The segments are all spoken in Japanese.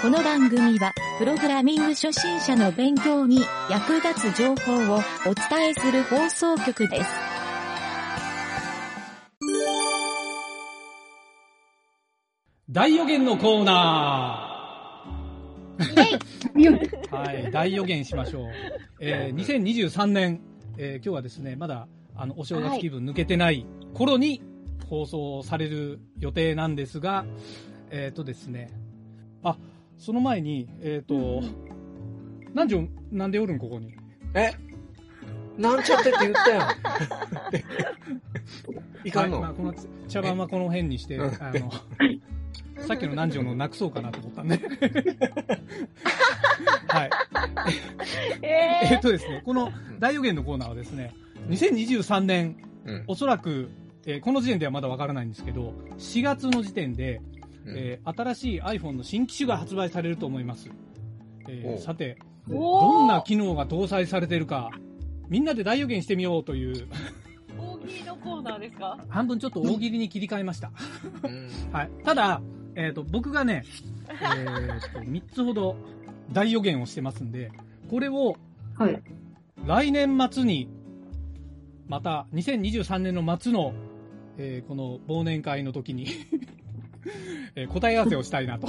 この番組は、プログラミング初心者の勉強に役立つ情報をお伝えする放送局です。 大予言のコーナーはい、大予言しましょう。2023年、今日はですね、まだお正月気分抜けてない頃に放送される予定なんですが、ですね、その前に、なんでおるんここに。 なんちゃってって言ったよ。いかんの、 この茶番はこの辺にして、さっきの南條のなくそうかなと思ったんで。はい。ですね、この大予言のコーナーはですね、2023年、おそらく、この時点ではまだわからないんですけど、4月の時点で、新しい iPhone の新機種が発売されると思います。さて、どんな機能が搭載されているか、みんなで大予言してみようという。 大喜利のコーナーですか？ 半分ちょっと大喜利に切り替えました。はい。ただ、僕がね、3つほど大予言をしてますんで、これを、来年末に、また2023年の末の、この忘年会の時に答え合わせをしたいなと。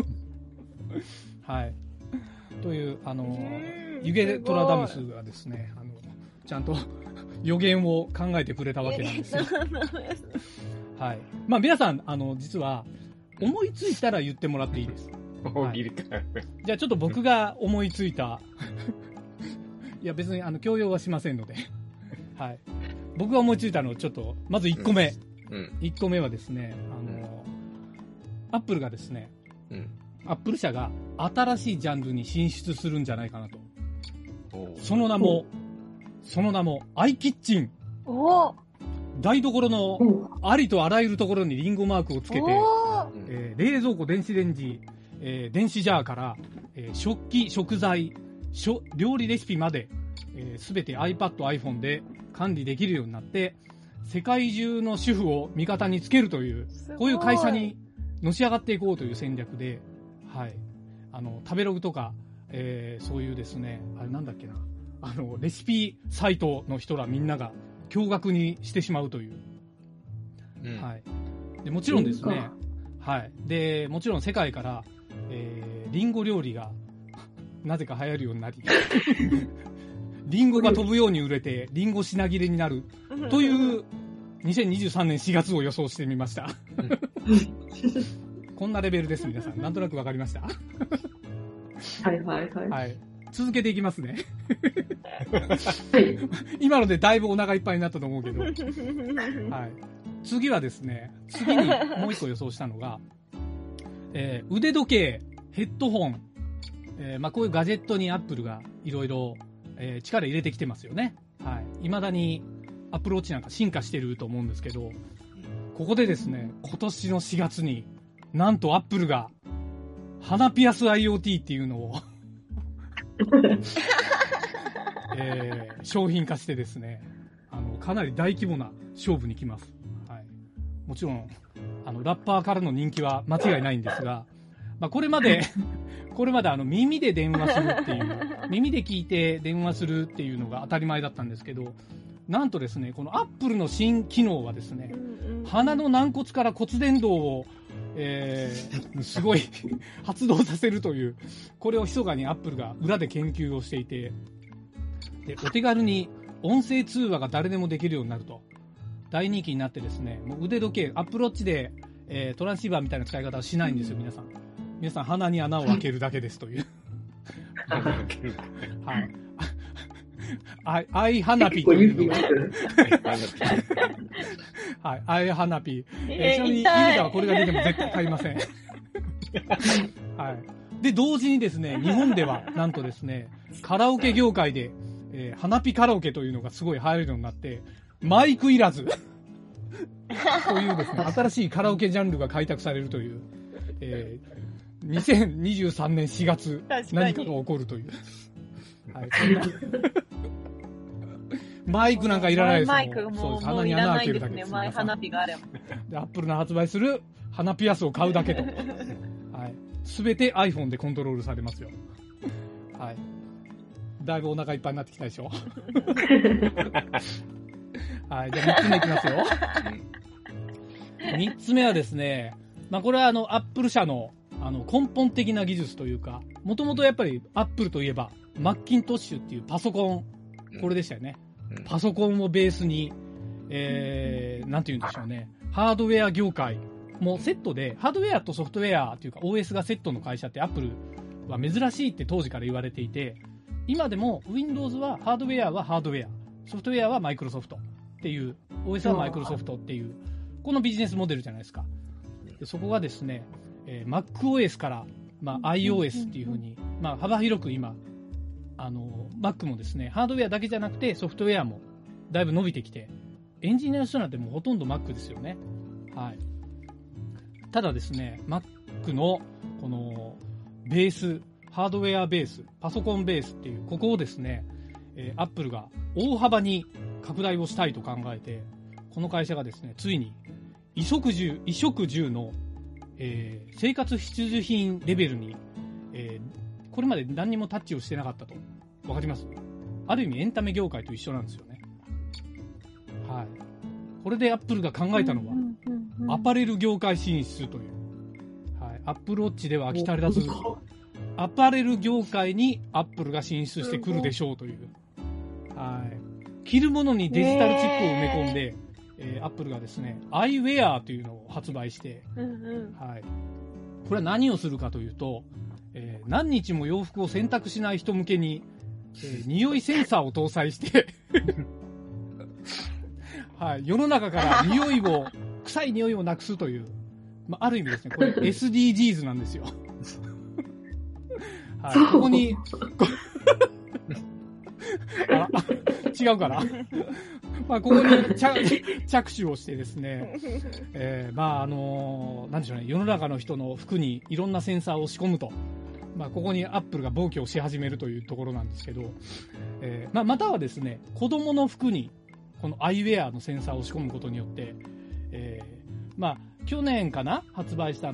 はい。という、ユゲトラダムスがですね、ちゃんと予言を考えてくれたわけなんですよ。はい。まあ皆さん、実は、思いついたら言ってもらっていいです。 大喜利か。 じゃあちょっと僕が思いついた、いや別に強要はしませんので、はい。僕が思いついたのをちょっと、まず1個目。1個目はですね、アップルがですね、アップル社が新しいジャンルに進出するんじゃないかなと。その名も、アイキッチン。台所のありとあらゆるところにリンゴマークをつけて、冷蔵庫、電子レンジ、電子ジャーから、食器、食材、料理レシピまで、すべて iPad、iPhone で管理できるようになって、世界中の主婦を味方につけるという、こういう会社にのし上がっていこうという戦略で、はい。食べログとか、そういうですね、あれなんだっけな、レシピサイトの人らみんなが驚愕にしてしまうという。はい。で、もちろんですね、はい。で、もちろん世界から、リンゴ料理が、なぜか流行るようになり、リンゴが飛ぶように売れて、リンゴ品切れになる、という、2023年4月を予想してみました。こんなレベルです、皆さん。なんとなくわかりました？はい。続けていきますね。今のでだいぶお腹いっぱいになったと思うけど。はい。次はですね、次にもう一個予想したのが、腕時計、ヘッドホン、こういうガジェットにアップルがいろいろ力入れてきてますよね。はい。未だにアップルウォッチなんか進化してると思うんですけど、ここでですね、今年の4月に、なんとアップルが、鼻ピアス IoT っていうのを、商品化してですね、かなり大規模な勝負に来ます。はい。もちろん、ラッパーからの人気は間違いないんですが、これまで耳で電話するっていう、耳で聞いて電話するっていうのが当たり前だったんですけど、なんとですね、このアップルの新機能はですね、鼻の軟骨から骨伝導を、すごい発動させるという、これを密かにアップルが裏で研究をしていて、で、お手軽に音声通話が誰でもできるようになると。大人気になってですね、もう腕時計、アップルウォッチで、トランシーバーみたいな使い方はしないんですよ、皆さん。皆さん鼻に穴を開けるだけですという。はい。アイハナピというのが。はい。アイハナピ。ちなみに、イルカはこれが出ても絶対買いません。はい。で、同時にですね、日本では、なんとですね、カラオケ業界で、花火カラオケというのがすごい流行るようになって、マイクいらずというですね、新しいカラオケジャンルが開拓されるという、2023年4月、何かが起こるという。はい、そんなマイクなんかいらないです。 マイクもう鼻に穴開けるだけです。 花火があれば。 で、アップルの発売する花ピアスを買うだけと。はい。 すべて iPhone でコントロールされますよ。はい。だいぶお腹いっぱいになってきたでしょ。はい。じゃあ3つ目いきますよ。3つ目はですね、まあこれはApple 社の根本的な技術というか、もともとやっぱり Apple といえば、マッキントッシュっていうパソコン、これでしたよね。パソコンをベースに、なんて言うんでしょうね。ハードウェア業界もセットで、ハードウェアとソフトウェアというか OS がセットの会社って Apple は珍しいって当時から言われていて、今でも Windows はハードウェアはハードウェア、ソフトウェアはマイクロソフトっていう、OS はマイクロソフトっていう、このビジネスモデルじゃないですか。でそこがですね、MacOS から、まあ、iOS っていう風に、まあ、幅広く今、Mac もですね、ハードウェアだけじゃなくてソフトウェアもだいぶ伸びてきて、エンジニアの人なんてもうほとんど Mac ですよね。はい。ただですね、Mac のこのベース、ハードウェアベース、パソコンベースっていう、ここをですね、Apple が大幅に拡大をしたいと考えて、この会社がですね、ついに衣食住の、生活必需品レベルに、これまで何にもタッチをしてなかったと。わかります？ある意味エンタメ業界と一緒なんですよね。はい。これで Apple が考えたのは、アパレル業界進出という。はい。Apple Watch では飽き足らず、アパレル業界に Apple が進出してくるでしょうという。はい。着るものにデジタルチップを埋め込んで、Apple がですね、iWear というのを発売して、はい。これは何をするかというと、何日も洋服を洗濯しない人向けに、匂いセンサーを搭載して、はい、世の中から臭い匂いをなくすという、まあ、ある意味ですね、これ SDGs なんですよ。はい、ここに、違うかな。まあ、ここに着手をしてですね、まあ、なんでしょうね、世の中の人の服にいろんなセンサーを仕込むと。まあ、ここにアップルが暴挙をし始めるというところなんですけど、まあ、またはですね、子供の服にこのアイウェアのセンサーを仕込むことによって、まあ、去年かな発売した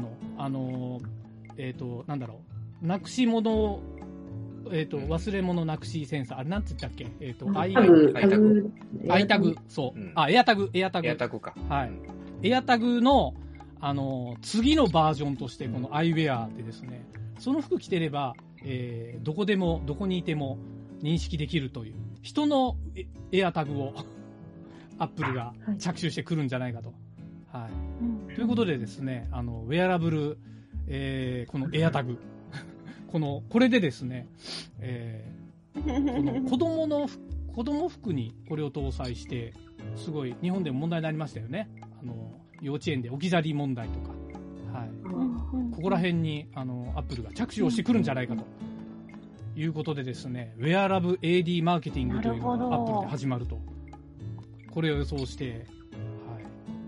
なんだろう、なくし物、忘れ物なくしセンサー、あれなんて言ったっけ、アイタグ、そう、エアタグか。はい。エアタグの、次のバージョンとして、このアイウェアでですね、その服着てれば、どこでも、どこにいても認識できるという、人のエアタグをアップルが着手してくるんじゃないかと。はい。ということでですね、ウェアラブル、このエアタグ、これでですね、この子供服にこれを搭載して、すごい日本でも問題になりましたよね。幼稚園で置き去り問題とか。はい。ここら辺に、アップルが着手をしてくるんじゃないかと。いうことでですね、ウェアラブ AD マーケティングというのがアップルで始まると。これを予想して、はい。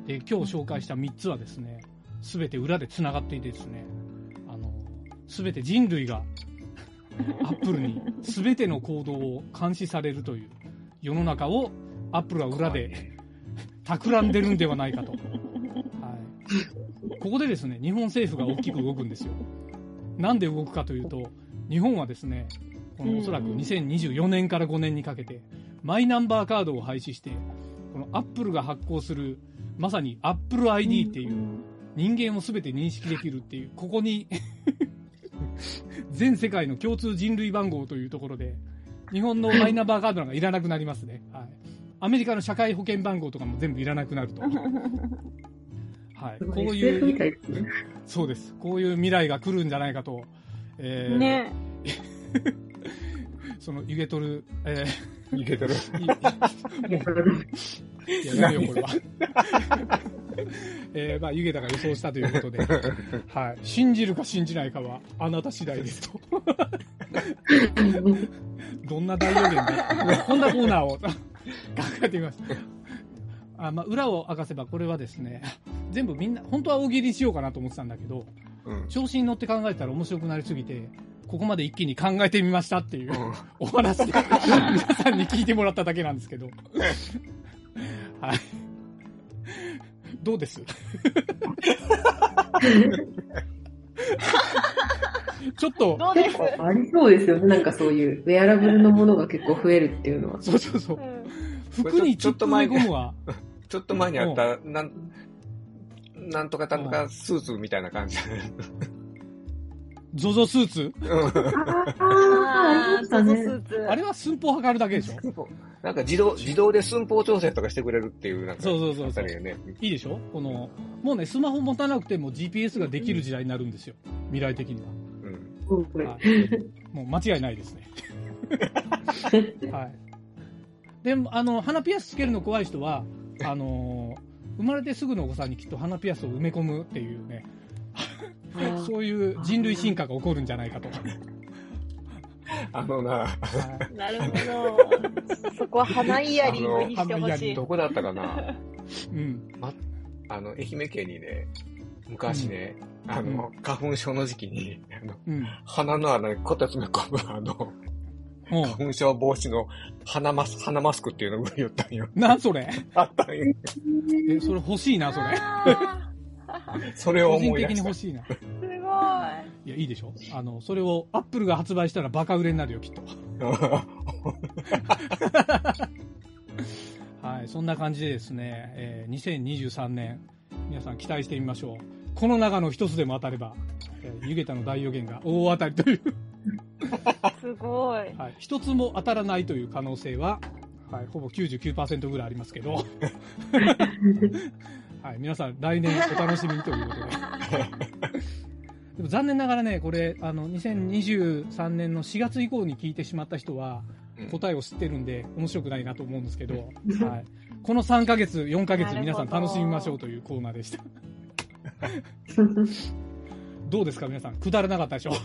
で、今日紹介した3つはですね、すべて裏で繋がっていてですね、すべて人類がアップルにすべての行動を監視されるという世の中をアップルは裏で企んでるんではないかと。はい。ここでですね、日本政府が大きく動くんですよ。なんで動くかというと、日本はですね、このおそらく2024年から5年にかけて、マイナンバーカードを廃止して、このアップルが発行する、まさにアップル ID っていう、人間をすべて認識できるっていう、ここに、全世界の共通人類番号というところで、日本のマイナンバーカードなんかいらなくなりますね。はい。アメリカの社会保険番号とかも全部いらなくなると。はい。こういう、そうです。こういう未来が来るんじゃないかと。 ね。 その、ゆげとる、 ゆげとる。 いや、やめよ、これは。まあ、ゆげたが予想したということで、はい。信じるか信じないかは、あなた次第ですと。どんな大予言だこんなコーナーを考えてみました。まあ、裏を明かせば、これはですね、全部みんな、本当は大喜利しようかなと思ってたんだけど、調子に乗って考えたら面白くなりすぎて、ここまで一気に考えてみましたっていう、お話で、皆さんに聞いてもらっただけなんですけど。はい。どうですちょっと。 どうです？ 結構ありそうですよね。なんかそういう、ウェアラブルのものが結構増えるっていうのは。 そうそうそう。服にちょっと埋め込むわ。 ちょっと前にあった、なんとかなんとかスーツみたいな感じ。 ゾゾスーツああ、 ゾゾスーツ。 あれは寸法測るだけでしょ。 なんか自動で寸法調整とかしてくれるっていう、なんか。 そう。 ね、 いいでしょもうね、スマホ持たなくても GPS ができる時代になるんですよ。未来的には。はい、もう間違いないですね。はい。でも、鼻ピアスつけるの怖い人は、生まれてすぐのお子さんにきっと鼻ピアスを埋め込むっていうね、そういう人類進化が起こるんじゃないかと。 なるほど。そこは鼻イヤリングにしてほしい。 どこだったかな愛媛県にね、昔ね、花粉症の時期に、鼻の穴にコテ詰め込む花粉症防止の鼻マスクっていうのを言ったんよ。 なんそれあったんよ。 それ欲しいな、それ。 それを思い出した。 個人的に欲しいな。 すごい。 いや、いいでしょ。それをアップルが発売したらバカ売れになるよ、きっと。はい、そんな感じでですね、2023年、皆さん期待してみましょう。この中の一つでも当たれば、湯桁の大予言が大当たりという。 すごい。 はい、一つも当たらないという可能性は、はい、ほぼ 99% ぐらいありますけど。はい、皆さん来年お楽しみにということで。でも残念ながらね、これ、2023年の4月以降に聞いてしまった人は、答えを知ってるんで、面白くないなと思うんですけど、はい、この3ヶ月、4ヶ月、皆さん楽しみましょうというコーナーでした。どうですか、皆さん。くだらなかったでしょ。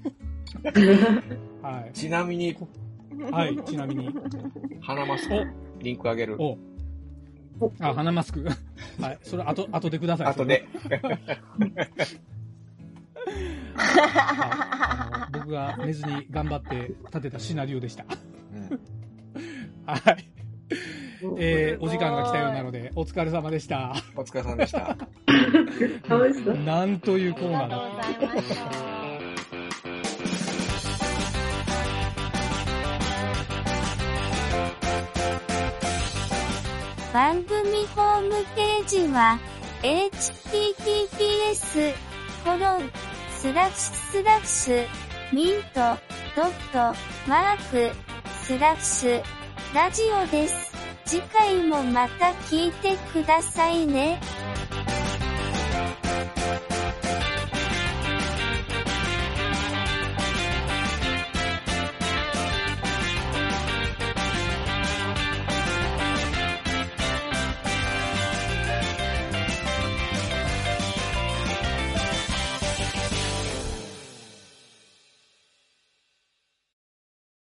はい。 ちなみに。 はい、ちなみに。 鼻マスク。リンクあげる。 鼻マスク。はい。それ、後でください。 後で。 はい、僕が寝ずに頑張って立てたシナリオでした。はい。お時間が来たようなので、お疲れ様でした。 お疲れ様でした。 なんというコーナーだった。 番組ホームページは https://mint.mark/ラジオです。次回もまた聞いてくださいね。